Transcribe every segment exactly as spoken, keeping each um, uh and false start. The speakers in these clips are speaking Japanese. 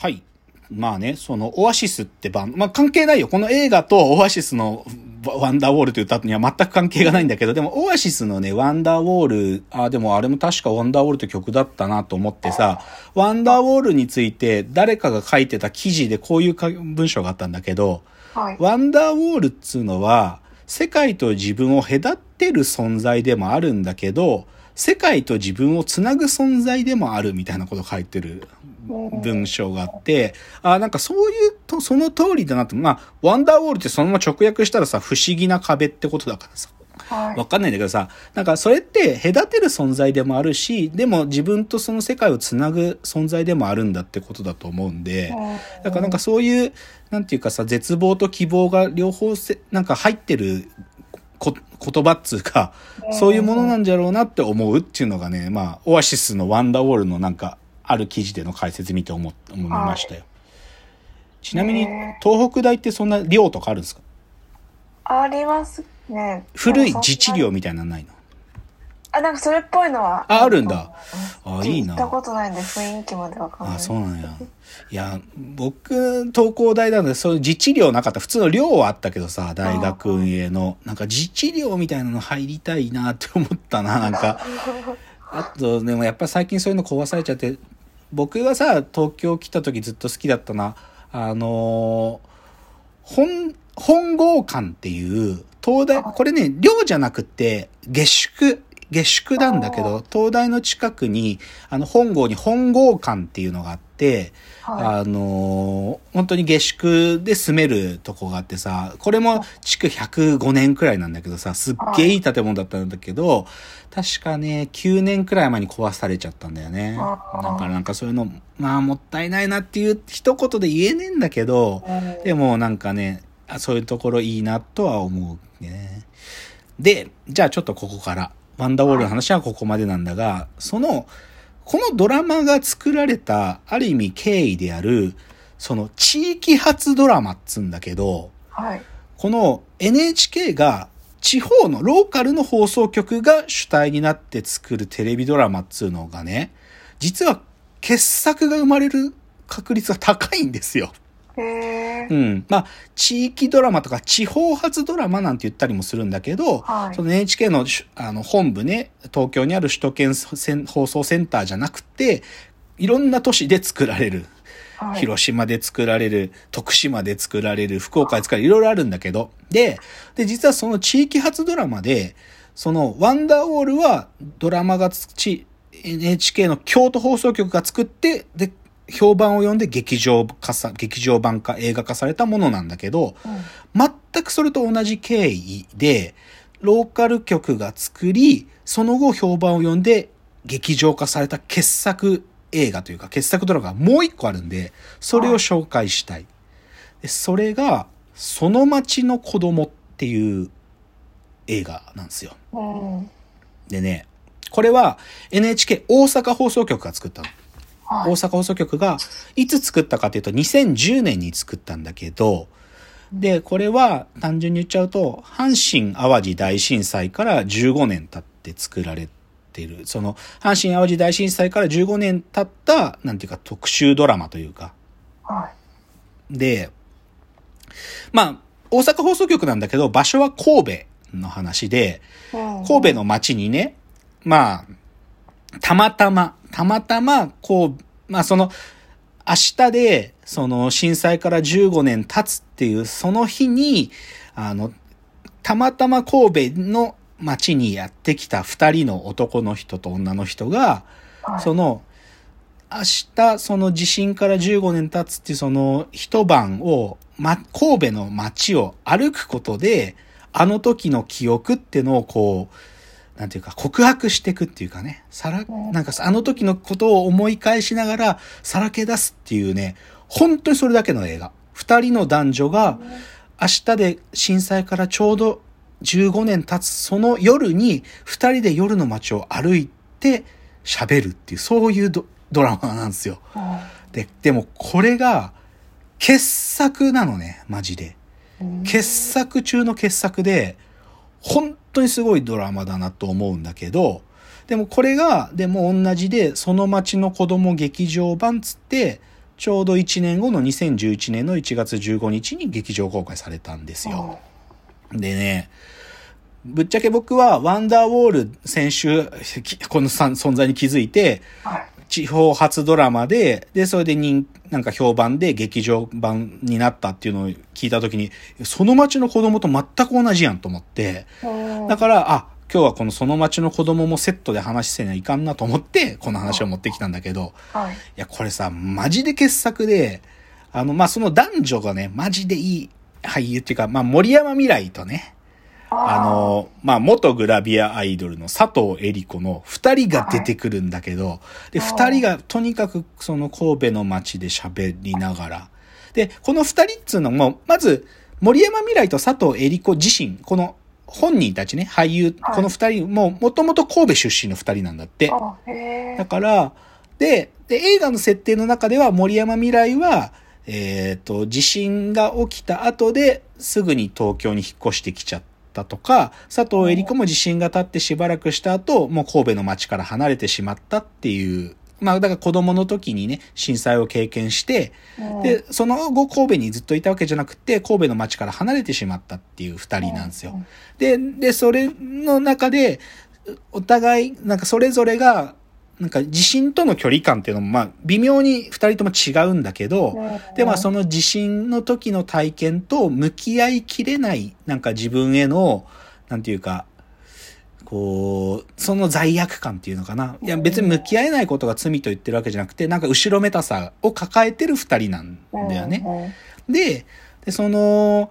はい。まあね、そのオアシスってバンド、まあ関係ないよ。この映画とオアシスのワンダーウォールという歌には全く関係がないんだけど、でもオアシスのね、ワンダーウォール、あ、でもあれも確かワンダーウォールって曲だったなと思ってさ、ワンダーウォールについて誰かが書いてた記事でこういう文章があったんだけど、はい、ワンダーウォールっつうのは、世界と自分を隔ってる存在でもあるんだけど、世界と自分をつなぐ存在でもあるみたいなことを書いてる文章があって、あ、なんかそういうと、その通りだなって、まあ、ワンダーウォールってそのまま直訳したらさ、不思議な壁ってことだからさ。わかんないんだけどさ、なんかそれって隔てる存在でもあるし、でも自分とその世界をつなぐ存在でもあるんだってことだと思うんで、だからなんかそういう、なんていうかさ、絶望と希望が両方せ、なんか入ってるこ言葉っつうか、そういうものなんじゃろうなって思うっていうのがね、まあ、オアシスのワンダーウォールのなんか、ある記事での解説見て思、思いましたよ。ちなみに、東北大ってそんな寮とかあるんですか？ ありますね。 古い自治寮みたいなのないの？ あ、なんかそれっぽいのは。 あ、あるんだ。あ、いいな。 行ったことないんで雰囲気までわかんない。 あ、そうなんや。いや、僕、東工大なので、そういう自治寮なかった。普通の寮はあったけどさ、大学運営の。なんか自治寮みたいなの入りたいなって思ったな、なんか。あと、でもやっぱ最近そういうの壊されちゃって、僕がさ、東京来た時ずっと好きだったな。あのー、本、本郷館っていう、東大、これね、寮じゃなくて、下宿、下宿なんだけど、東大の近くに、あの、本郷に本郷館っていうのがあって、はい、あのー、本当に下宿で住めるとこがあってさ、これも築ひゃくごねんくらいなんだけどさ、すっげえいい建物だったんだけど、確かね、きゅうねんくらい前に壊されちゃったんだよね。だからなんかそういうの、まあもったいないなっていう一言で言えねえんだけど、でもなんかね、そういうところいいなとは思うね。で、じゃあちょっとここから、ワンダーウォールの話はここまでなんだが、その、このドラマが作られた、ある意味経緯である、その地域発ドラマっつうんだけど、はい、この エヌエイチケー が地方のローカルの放送局が主体になって作るテレビドラマっつうのがね、実は傑作が生まれる確率が高いんですよ。 へー。 うん。まあ、地域ドラマとか地方発ドラマなんて言ったりもするんだけど、はい、その エヌエイチケー の、あの本部ね、東京にある首都圏放送センターじゃなくて、いろんな都市で作られる。はい、広島で作られる、徳島で作られる、福岡で作られる、いろいろあるんだけど、で、で、実はその地域発ドラマで、そのワンダーウォールはドラマがち、エヌエイチケー の京都放送局が作って、で、評判を読んで劇場化さ、劇場版化、映画化されたものなんだけど、うん、全くそれと同じ経緯で、ローカル局が作り、その後評判を読んで劇場化された傑作映画というか、傑作ドラマがもう一個あるんで、それを紹介したい。でそれが、その町の子供っていう映画なんですよ。うん、でね、これは エヌエイチケー 大阪放送局が作ったの。大阪放送局がいつ作ったかというとにせんじゅうねんに作ったんだけど、で、これは単純に言っちゃうと、阪神淡路大震災からじゅうごねん経って作られている、その阪神淡路大震災からじゅうごねん経った、なんていうか特集ドラマというか。はい、で、まあ、大阪放送局なんだけど、場所は神戸の話で、神戸の街にね、まあ、たまたま、たまたま、こう、まあその、明日で、その震災からじゅうごねん経つっていう、その日に、あの、たまたま神戸の街にやってきた二人の男の人と女の人が、はい、その、明日、その地震からじゅうごねん経つっていう、その一晩を、ま、神戸の街を歩くことで、あの時の記憶っていうのをこう、なんていうか告白していくっていうかね、さら、なんかあの時のことを思い返しながらさらけ出すっていうね、本当にそれだけの映画。二人の男女が明日で震災からちょうどじゅうごねん経つその夜に二人で夜の街を歩いて喋るっていう、そういう ド, ドラマなんですよ。で、でもこれが傑作なのね、マジで。傑作中の傑作で、本当にすごいドラマだなと思うんだけど、でもこれが、でも同じで、その街の子供劇場版つって、 ちょうどいちねんごのにせんじゅういちねんのいちがつじゅうごにちに劇場公開されたんですよ。でね、ぶっちゃけ僕はワンダーウォール先週この存在に気づいて、地方初ドラマで、で、それで人、なんか評判で劇場版になったっていうのを聞いたときに、その町の子供と全く同じやんと思って、だから、あ、今日はこのその町の子供もセットで話せないかんなと思って、この話を持ってきたんだけど、はい、いや、これさ、マジで傑作で、あの、まあ、その男女がね、マジでいい俳優っていうか、まあ、森山未來とね、あの、まあ、元グラビアアイドルの佐藤恵理子の二人が出てくるんだけど、で、二人がとにかくその神戸の街で喋りながら、で、この二人っつうのも、まず、森山未来と佐藤恵理子自身、この本人たちね、俳優、この二人も、もともと神戸出身の二人なんだって。だから、で、で、映画の設定の中では森山未来は、えっと、地震が起きた後ですぐに東京に引っ越してきちゃった。とか、佐藤恵理子も地震が経ってしばらくした後、もう神戸の町から離れてしまったっていう、まあだから子供の時にね、震災を経験して、で、その後神戸にずっといたわけじゃなくて、神戸の町から離れてしまったっていう二人なんですよ。で、で、それの中で、お互い、なんかそれぞれが、なんか地震との距離感っていうのもまあ微妙に二人とも違うんだけど、でまあその地震の時の体験と向き合いきれないなんか自分へのなんていうかこうその罪悪感っていうのかな、いや別に向き合えないことが罪と言ってるわけじゃなくてなんか後ろめたさを抱えてる二人なんだよね。で、でその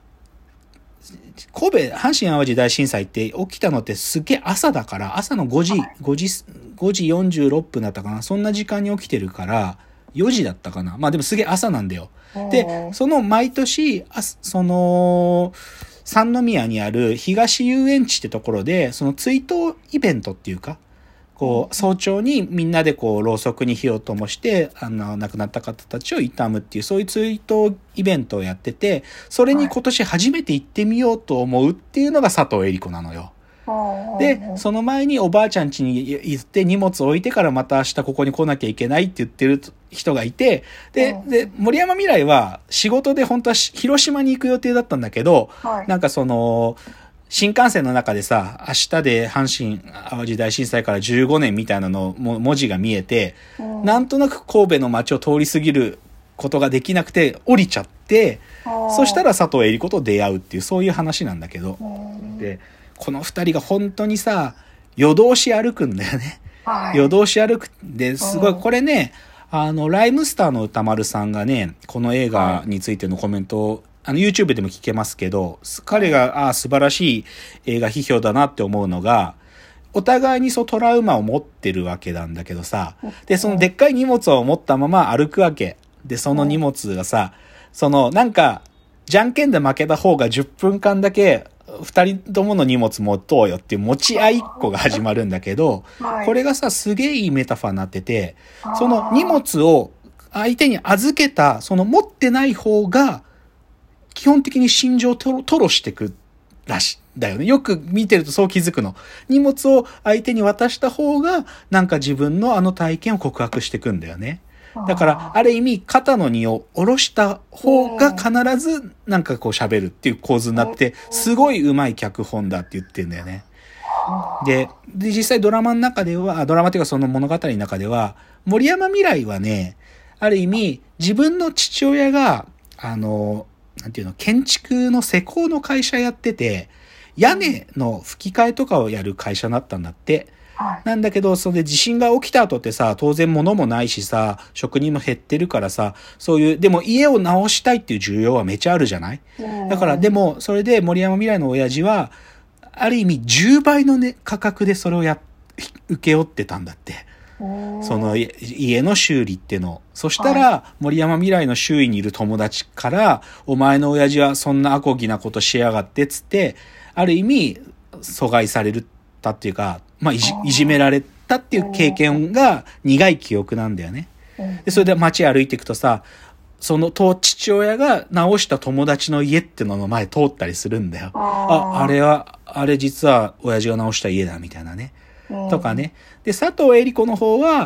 神戸阪神淡路大震災って起きたのってすげえ朝だから朝のごじごじごじよんじゅうろっぷんだったかな、そんな時間に起きてるからよじだったかな、まあでもすげえ朝なんだよ。でその毎年あその三宮にある東遊園地ってところでその追悼イベントっていうかこう早朝にみんなでこうろうそくに火を灯してあの亡くなった方たちを悼むっていうそういう追悼イベントをやってて、それに今年初めて行ってみようと思うっていうのが佐藤恵理子なのよ。でその前におばあちゃん家に行って荷物置いてからまた明日ここに来なきゃいけないって言ってる人がいて、でで森山未来は仕事で本当は広島に行く予定だったんだけど、なんかその新幹線の中でさ、明日で阪神淡路大震災からじゅうごねんみたいなのも文字が見えて、うん、なんとなく神戸の街を通り過ぎることができなくて降りちゃって、そしたら佐藤恵理子と出会うっていうそういう話なんだけど、でこの二人が本当にさ夜通し歩くんだよね。はい、夜通し歩くですごいこれね、あのライムスターの歌丸さんがねこの映画についてのコメントをあの YouTube でも聞けますけど、彼があ素晴らしい映画批評だなって思うのが、お互いにそうトラウマを持ってるわけなんだけどさ、でそのでっかい荷物を持ったまま歩くわけで、その荷物がさ、そのなんかじゃんけんで負けた方がじゅっぷんかんだけ二人ともの荷物持とうよっていう持ち合いっこが始まるんだけど、これがさすげえいいメタファーになってて、その荷物を相手に預けたその持ってない方が基本的に心情を吐露してくらしいんだよね。よく見てるとそう気づくの。荷物を相手に渡した方がなんか自分のあの体験を告白してくんだよね。だからある意味肩の荷を下ろした方が必ずなんかこう喋るっていう構図になって、すごい上手い脚本だって言ってんだよね。で、で実際ドラマの中では、ドラマっていうかその物語の中では、森山未来はね、ある意味自分の父親があのなんていうの、建築の施工の会社やってて、屋根の吹き替えとかをやる会社だったんだって。はい、なんだけど、それで地震が起きた後ってさ、当然物もないしさ、職人も減ってるからさ、そういう、でも家を直したいっていう需要はめちゃあるじゃない？だから、でも、それで森山未来の親父は、ある意味じゅうばいの、ね、価格でそれをや、請け負ってたんだって。その家の修理っての。そしたら森山未来の周囲にいる友達からお前の親父はそんなアコギなことしやがってっつってある意味阻害されたっていうか、まあいじ、いじめられたっていう経験が苦い記憶なんだよね。でそれで街歩いていくとさ、その父親が直した友達の家ってのの前通ったりするんだよ。あ、あれはあれ実は親父が直した家だみたいなね。とかね。で、佐藤恵理子の方は、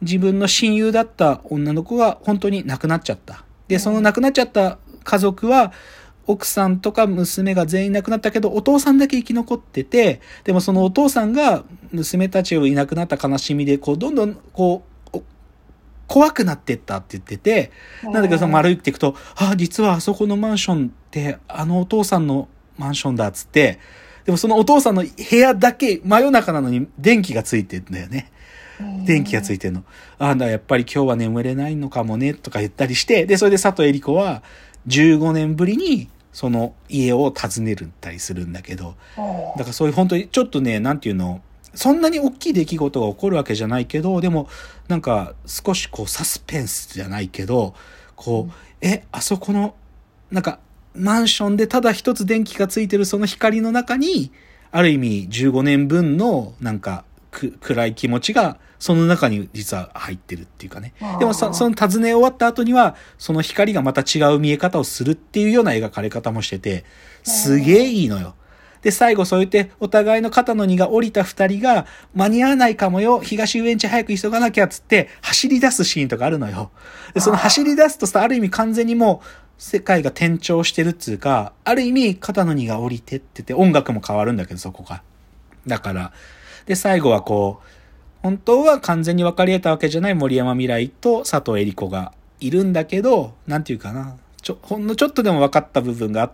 自分の親友だった女の子が本当に亡くなっちゃった。で、その亡くなっちゃった家族は、奥さんとか娘が全員亡くなったけど、お父さんだけ生き残ってて、でもそのお父さんが娘たちをいなくなった悲しみで、こう、どんどん、こう、怖くなってったって言ってて、なんだけどその歩いていくと、あ、実はあそこのマンションってあのお父さんのマンションだっつって、でもそのお父さんの部屋だけ真夜中なのに電気がついてんだよね。電気がついてんの。あ、だやっぱり今日は眠れないのかもねとか言ったりして、で、それで佐藤恵理子はじゅうごねんぶりにその家を訪ねるったりするんだけど、だからそういう本当にちょっとね、なんていうの、そんなに大きい出来事が起こるわけじゃないけど、でもなんか少しこうサスペンスじゃないけど、こう、え、あそこの、なんかマンションでただ一つ電気がついてるその光の中に、ある意味じゅうごねんぶんのなんかく暗い気持ちがその中に実は入ってるっていうかね。でもそ, その訪ね終わった後には、その光がまた違う見え方をするっていうような描かれ方もしてて、すげえいいのよ。で、最後そう言ってお互いの肩の荷が降りた二人が間に合わないかもよ、東遊園地早く急がなきゃっつって走り出すシーンとかあるのよ。で、その走り出すとさ、ある意味完全にもう世界が転調してるっつうか、ある意味肩の荷が降りてってて、音楽も変わるんだけどそこが。だから、で、最後はこう、本当は完全に分かり得たわけじゃない森山未來と佐藤恵理子がいるんだけど、なんていうかな。ちょ、ほんのちょっとでも分かった部分があって、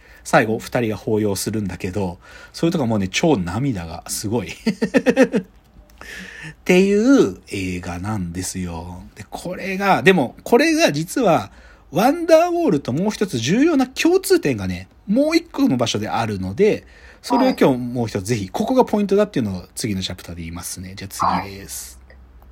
最後二人が抱擁するんだけど、そういうとこもうね、超涙がすごい。っていう映画なんですよ。で、これが、でも、これが実は、ワンダーウォールともう一つ重要な共通点がね、もう一個の場所であるので、それを今日もう一つぜひ、ここがポイントだっていうのを次のチャプターで言いますね。じゃあ次です。